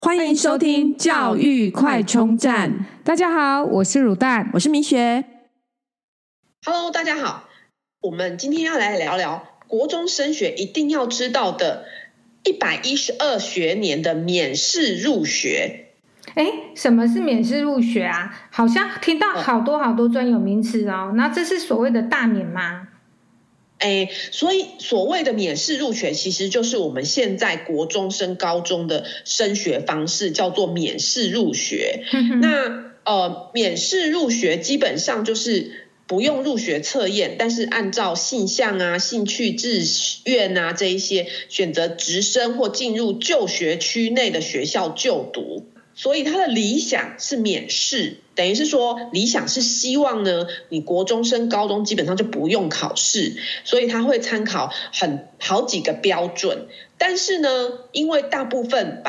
欢迎收听教育快充站。 大家好，我是乳蛋， 我是米雪。 Hello， 大家好，我们今天要来聊聊国中升学一定要知道的112学年的免试入学。 什么是免试入学啊？好像听到好多专有名词哦。那这是所谓的大免吗？ 所以所谓的免试入学，其实就是我们现在国中升高中的升学方式，叫做免试入学。那免试入学基本上就是不用入学测验，但是按照性向啊、兴趣、志愿啊这一些选择直升或进入就学区内的学校就读。所以他的理想是免试，等于是说理想是希望呢，你国中升高中基本上就不用考试，所以他会参考好几个标准。但是呢，因为大部分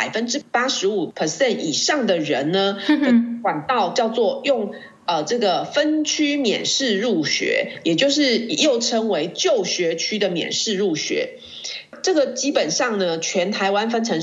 85% 以上的人呢，管道叫做用这个分区免试入学，也就是又称为就学区的免试入学。这个基本上呢，全台湾分成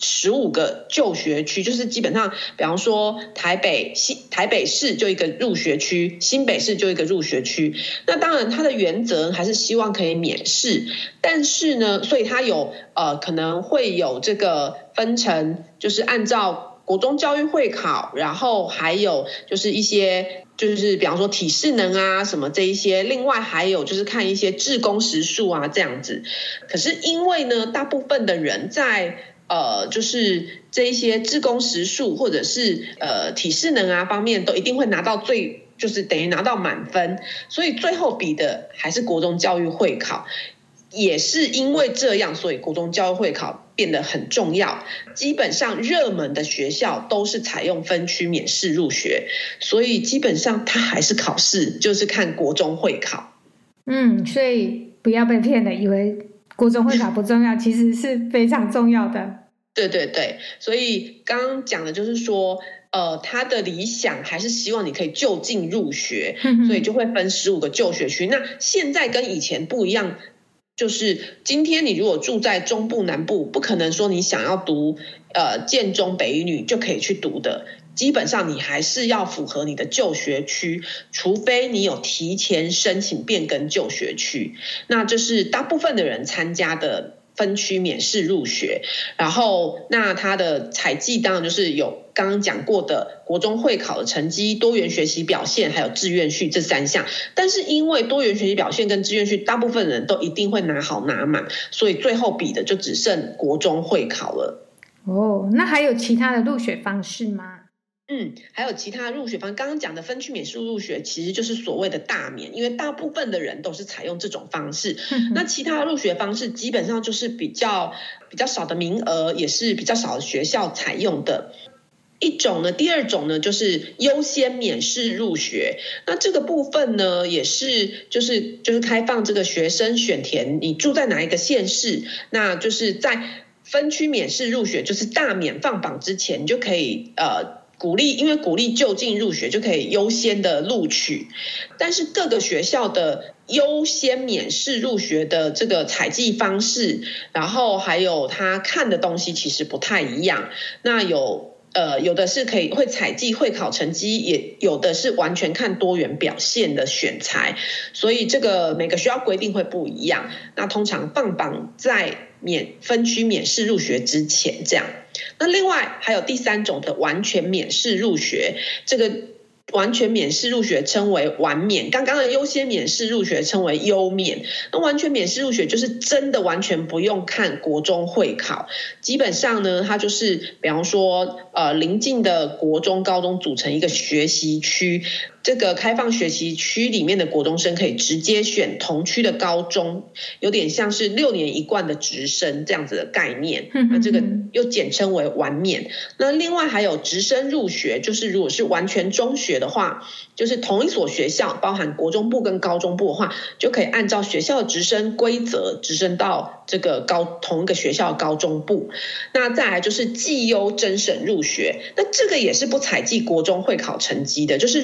15个就学区，就是基本上，比方说台北市就一个入学区，新北市就一个入学区。那当然，它的原则还是希望可以免试，但是呢，所以它有可能会有这个分成，就是按照国中教育会考，然后还有就是一些。就是比方说体适能啊什么这一些，另外还有就是看一些志工时数啊这样子。可是因为呢，大部分的人在就是这一些志工时数或者是体适能啊方面都一定会拿到就是等于拿到满分，所以最后比的还是国中教育会考。也是因为这样，所以国中教育会考变得很重要。基本上热门的学校都是采用分区免试入学，所以基本上它还是考试，就是看国中会考。 所以不要被骗了，以为国中会考不重要，其实是非常重要的。 对，所以刚刚讲的就是说他的理想还是希望你可以就近入学，所以就会分15个就学区。那现在跟以前不一样，就是今天你如果住在中部南部，不可能说你想要读建中北一女就可以去读的，基本上你还是要符合你的就学区，除非你有提前申请变更就学区。那这是大部分的人参加的分区免试入学。然后那它的采计当然就是有刚刚讲过的国中会考的成绩、多元学习表现还有志愿序这3项。但是因为多元学习表现跟志愿序大部分人都一定会拿好拿满，所以最后比的就只剩国中会考了。 那还有其他的入学方式吗？ 还有其他入学方式，刚刚讲的分区免试入学其实就是所谓的大免，因为大部分的人都是采用这种方式。那其他入学方式基本上就是比较少的名额，也是比较少的学校采用的。第二种呢，就是优先免试入学。那这个部分呢，也是就是开放这个学生选填你住在哪一个县市，那就是在分区免试入学，就是大免放榜之前，你就可以因为鼓励就近入学，就可以优先的录取。但是各个学校的优先免试入学的这个采计方式，然后还有他看的东西其实不太一样。那有的是会采计会考成绩，也有的是完全看多元表现的选材，所以这个每个学校规定会不一样。那通常放榜在分区免试入学之前这样。那另外还有第3种的完全免试入学，这个完全免试入学称为完免，刚刚的优先免试入学称为优免。那完全免试入学就是真的完全不用看国中会考，基本上呢，它就是比方说邻近的国中高中组成一个学习区，这个开放学习区里面的国中生可以直接选同区的高中，有点像是6年一贯的直升这样子的概念。那这个又简称为完免。那另外还有直升入学，就是如果是完全中学的话，就是同一所学校包含国中部跟高中部的话，就可以按照学校的直升规则直升到这个同一个学校的高中部。那再来就是绩优甄审入学，那这个也是不采计国中会考成绩的，就是如果说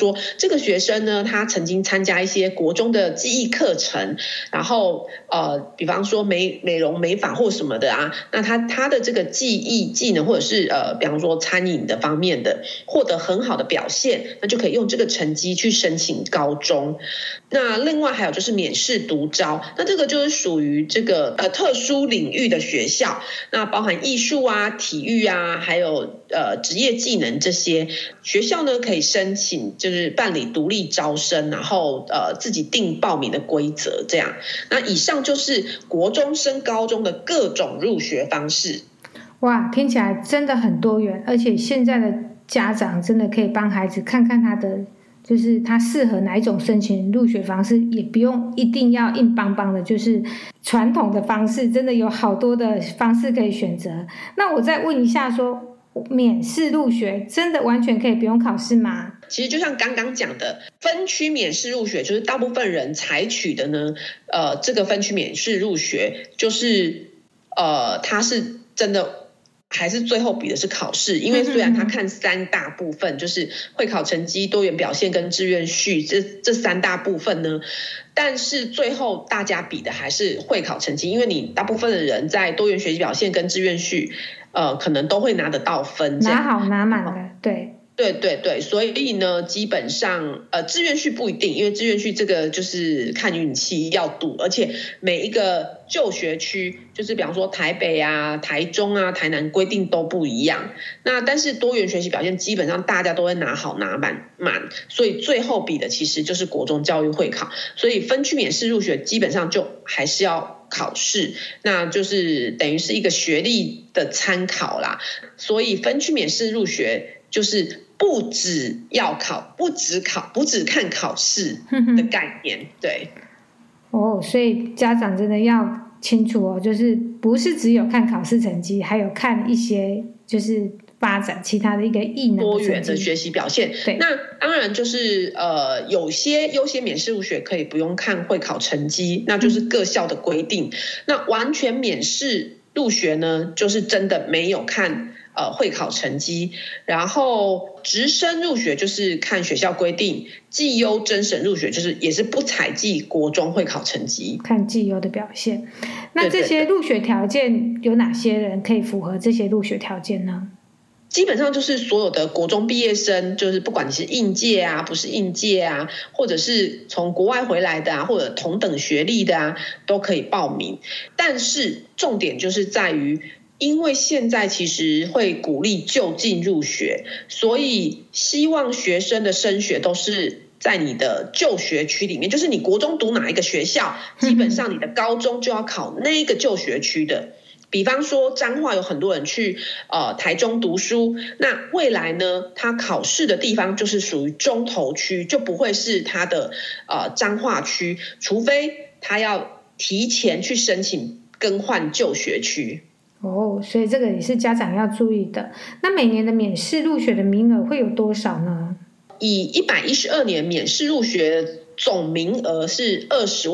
说这个学生呢，他曾经参加一些国中的技艺课程，然后比方说美容美发或什么的啊，那他的这个技艺技能或者是比方说餐饮的方面的获得很好的表现，那就可以用这个成绩去申请高中。那另外还有就是免试独招，那这个就是属于这个特殊领域的学校，那包含艺术啊、体育啊，还有职业技能这些学校呢，可以申请就是办理独立招生，然后自己定报名的规则这样。那以上就是国中升高中的各种入学方式。 哇，听起来真的很多元，而且现在的家长真的可以帮孩子看看就是他适合哪一种申请入学方式，也不用一定要硬邦邦的，就是传统的方式，真的有好多的方式可以选择。那我再问一下说，免试入学真的完全可以不用考试吗？ 其实就像刚刚讲的，分区免试入学，就是大部分人采取的呢，这个分区免试入学，就是它是真的。还是最后比的是考试，因为虽然他看三大部分，就是会考成绩、多元表现跟志愿序这三大部分呢，但是最后大家比的还是会考成绩，因为你大部分的人在多元学习表现跟志愿序，可能都会拿得到分， 拿好拿满了，对。 对对对，所以呢，基本上志愿序不一定，因为志愿序这个就是看运气要赌，而且每一个就学区，就是比方说台北啊、台中啊、台南规定都不一样。那但是多元学习表现基本上大家都会拿好拿满，所以最后比的其实就是国中教育会考，所以分区免试入学基本上就还是要考试，那就是等于是一个学历的参考啦。所以分区免试入学就是不只要考，不只看考试的概念，对。 所以家长真的要清楚哦，就是不是只有看考试成绩，还有看一些就是发展其他的一个艺能多元的学习表现。对，那当然就是有些优先免试入学可以不用看会考成绩，那就是各校的规定。那完全免试入学呢，就是真的没有看会考成绩，然后直升入学就是看学校规定，绩优甄审入学就是也是不采计国中会考成绩， 看绩优的表现。那这些入学条件有哪些人可以符合这些入学条件呢？ 基本上就是所有的国中毕业生，就是不管你是应届啊，不是应届啊，或者是从国外回来的啊，或者同等学历的啊，都可以报名。但是重点就是在于，因为现在其实会鼓励就近入学，所以希望学生的升学都是在你的就学区里面，就是你国中读哪一个学校，基本上你的高中就要考那个就学区的。比方说彰化有很多人去台中读书，那未来呢，他考试的地方就是属于中投区，就不会是他的彰化区，除非他要提前去申请更换就学区。 所以这个也是家长要注意的。那每年的免试入学的名额会有多少呢？ 以112年免试入学总名额是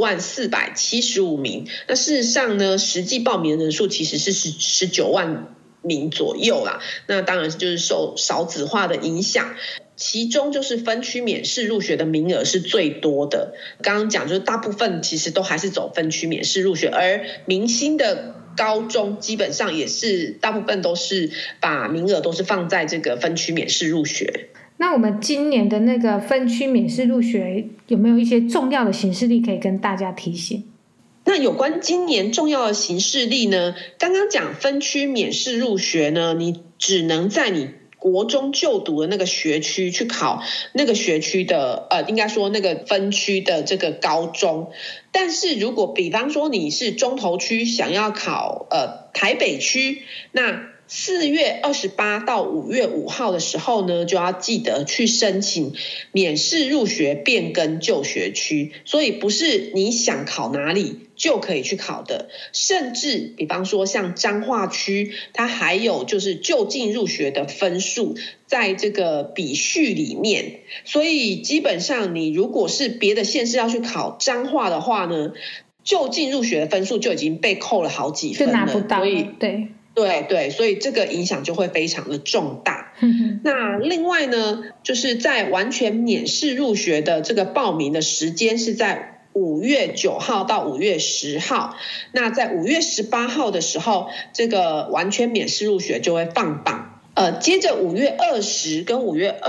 20.475名，那事实上呢，实际报名人数其实是19万名左右啦。那当然就是受少子化的影响，其中就是分区免试入学的名额是最多的。刚刚讲就是大部分其实都还是走分区免试入学，而明星的高中基本上也是大部分都是把名额都是放在这个分区免试入学。 那我们今年的那个分区免试入学有没有一些重要的行事历可以跟大家提醒？ 那有关今年重要的行事历呢，刚刚讲分区免试入学呢，你只能在你国中就读的那个学区去考那个学区的应该说那个分区的这个高中。但是如果比方说你是中投区想要考台北区，那4月28到5月5号的时候呢，就要记得去申请免试入学变更就学区，所以不是你想考哪里就可以去考的，甚至比方说像彰化区，它还有就是就近入学的分数在这个比序里面，所以基本上你如果是别的县市要去考彰化的话呢，就近入学的分数就已经被扣了好几分了， 就拿不到了， 所以对，所以这个影响就会非常的重大。 那另外呢，就是在完全免试入学的这个报名的时间是在5月9号到5月10号，那在5月18号的时候，这个完全免试入学就会放榜。接着5月20跟5月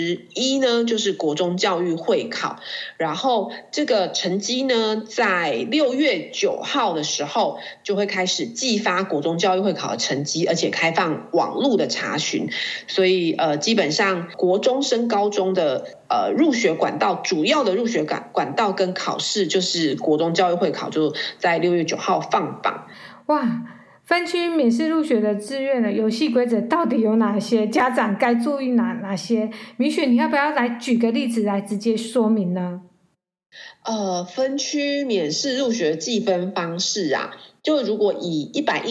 21呢，就是国中教育会考，然后这个成绩呢，在6月9号的时候就会开始寄发国中教育会考的成绩，而且开放网络的查询，所以基本上国中升高中的入学管道，主要的入学管道跟考试就是国中教育会考，就在6月9号放榜。 哇！分区免试入学的志愿的游戏规则到底有哪些？家长该注意哪些？米雪，你要不要来举个例子来直接说明呢？ 分区免试入学计分方式啊，就如果以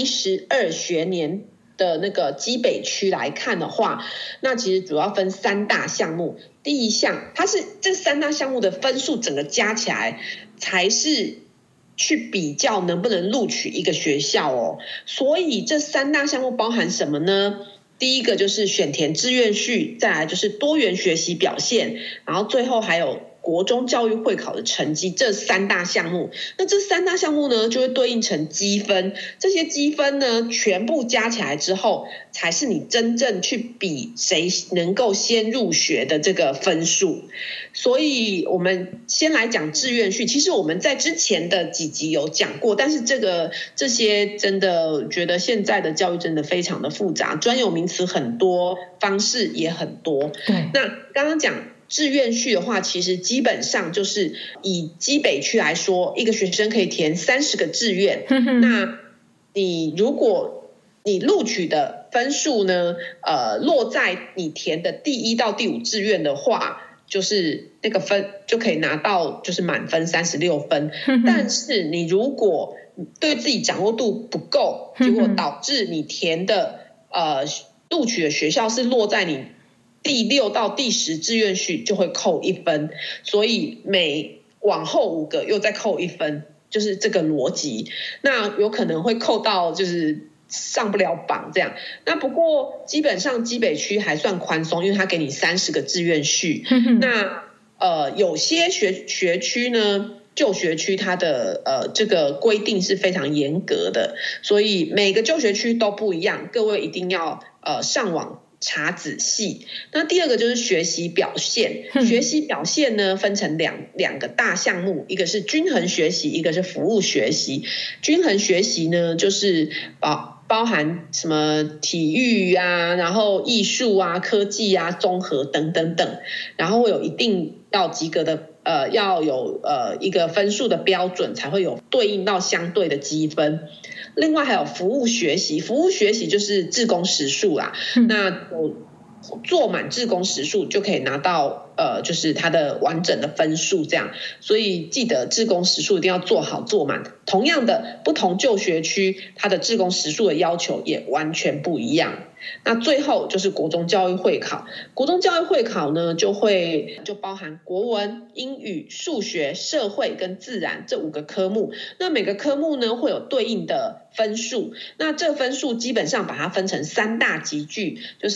112学年的那个基北区来看的话，那其实主要分3大项目。第一项，它是这3大项目的分数整个加起来才是去比较能不能录取一个学校哦。所以这3大项目包含什么呢？第一个就是选填志愿序，再来就是多元学习表现，然后最后还有国中教育会考的成绩，这3大项目。那这3大项目呢，就会对应成积分，这些积分呢，全部加起来之后，才是你真正去比谁能够先入学的这个分数。所以我们先来讲志愿序，其实我们在之前的几集有讲过，但是这些真的觉得现在的教育真的非常的复杂，专有名词很多，方式也很多。 对， 那刚刚讲志愿序的话，其实基本上就是以基北区来说，一个学生可以填30个志愿。那如果你录取的分数呢，落在你填的第1到第5志愿的话，就是那个分就可以拿到就是满分36分。但是你如果对自己掌握度不够，结果导致你填的录取的学校是落在你第6到第10志愿序，就会扣1分，所以每往后5个又再扣1分，就是这个逻辑。那有可能会扣到就是上不了榜这样。那不过基本上基北区还算宽松，因为它给你30个志愿序。那有些学区呢，就学区它的这个规定是非常严格的，所以每个就学区都不一样，各位一定要上网查仔细。那第二个就是学习表现，学习表现呢分成两个大项目，一个是均衡学习，一个是服务学习。均衡学习呢就是包含什么体育啊，然后艺术啊、科技啊、综合等等等，然后会有一定要及格的要有一个分数的标准，才会有对应到相对的积分。另外还有服务学习，服务学习就是志工时数啦，那做满志工时数就可以拿到就是它的完整的分数这样。所以记得志工时数一定要做好做满。同样的，不同就学区它的志工时数的要求也完全不一样。那最后就是国中教育会考，国中教育会考呢就包含国文、英语、数学、社会跟自然这5个科目。那每个科目呢会有对应的分数，那这分数基本上把它分成3大级距，就是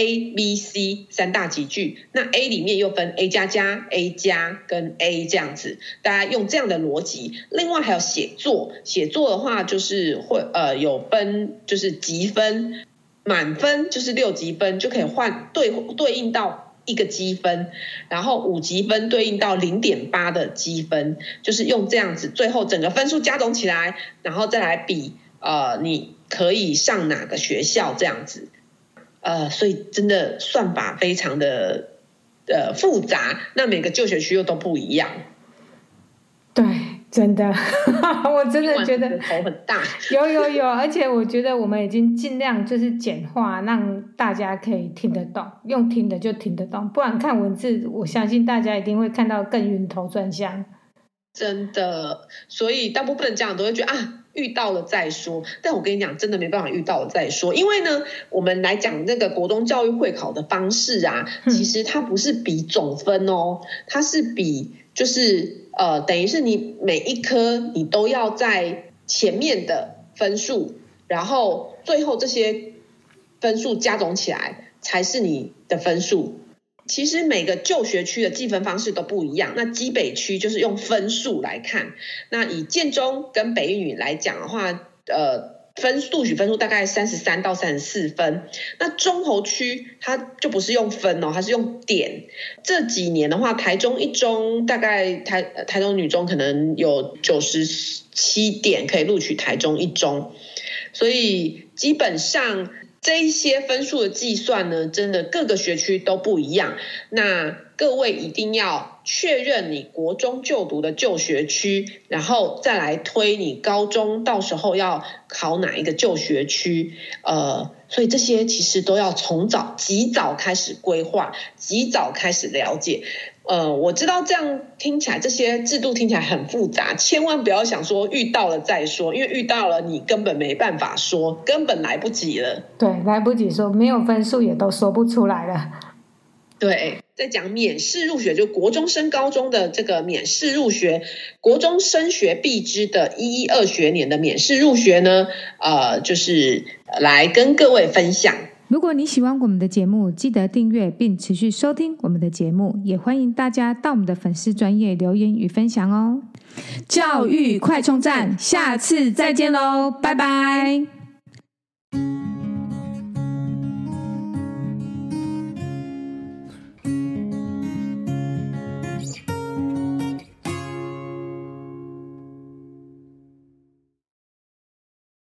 A、B、C 3大级距。那 A 里面又分 A++、A+ 跟 A 这样子，大家用这样的逻辑。另外还有写作的话就是会有分就是积分，满分就是6级分，就可以对应到1个积分，然后5级分对应到 0.8 的积分，就是用这样子，最后整个分数加总起来，然后再来比你可以上哪个学校这样子。所以真的算法非常的复杂，那每个就学区又都不一样。 对，真的我真的觉得头很大。 有，而且我觉得我们已经尽量就是简化，让大家可以听得懂，用听的就听得懂，不然看文字我相信大家一定会看到更晕头转向。 真的，所以大部分家长都会觉得遇到了再说。但我跟你讲，真的没办法遇到了再说，因为呢我们来讲那个国中教育会考的方式啊，其实它不是比总分哦，它是比就是等于是你每一科你都要在前面的分数，然后最后这些分数加总起来， 才是你的分数。其实每个就学区的计分方式都不一样，那基北区就是用分数来看，那以建中跟北一女来讲的话，录取分数大概33到34分，那中侯区它就不是用分它是用点。这几年的话，台中一中大概台中女中可能有97点可以录取台中一中，所以基本上这一些分数的计算呢，真的各个学区都不一样。那各位一定要确认你国中就读的就学区，然后再来推你高中到时候要考哪一个就学区。所以这些其实都要及早开始规划，及早开始了解。我知道这样听起来，这些制度听起来很复杂，千万不要想说遇到了再说，因为遇到了你根本没办法说，根本来不及了。 对，来不及说，没有分数也都说不出来了。 对，在讲免试入学，就国中升高中的这个免试入学，国中升学必知的112学年的免试入学呢，就是来跟各位分享。 如果你喜欢我们的节目，记得订阅并持续收听我们的节目，也欢迎大家到我们的粉丝专页留言与分享哦。教育快充站，下次再见喽，拜拜。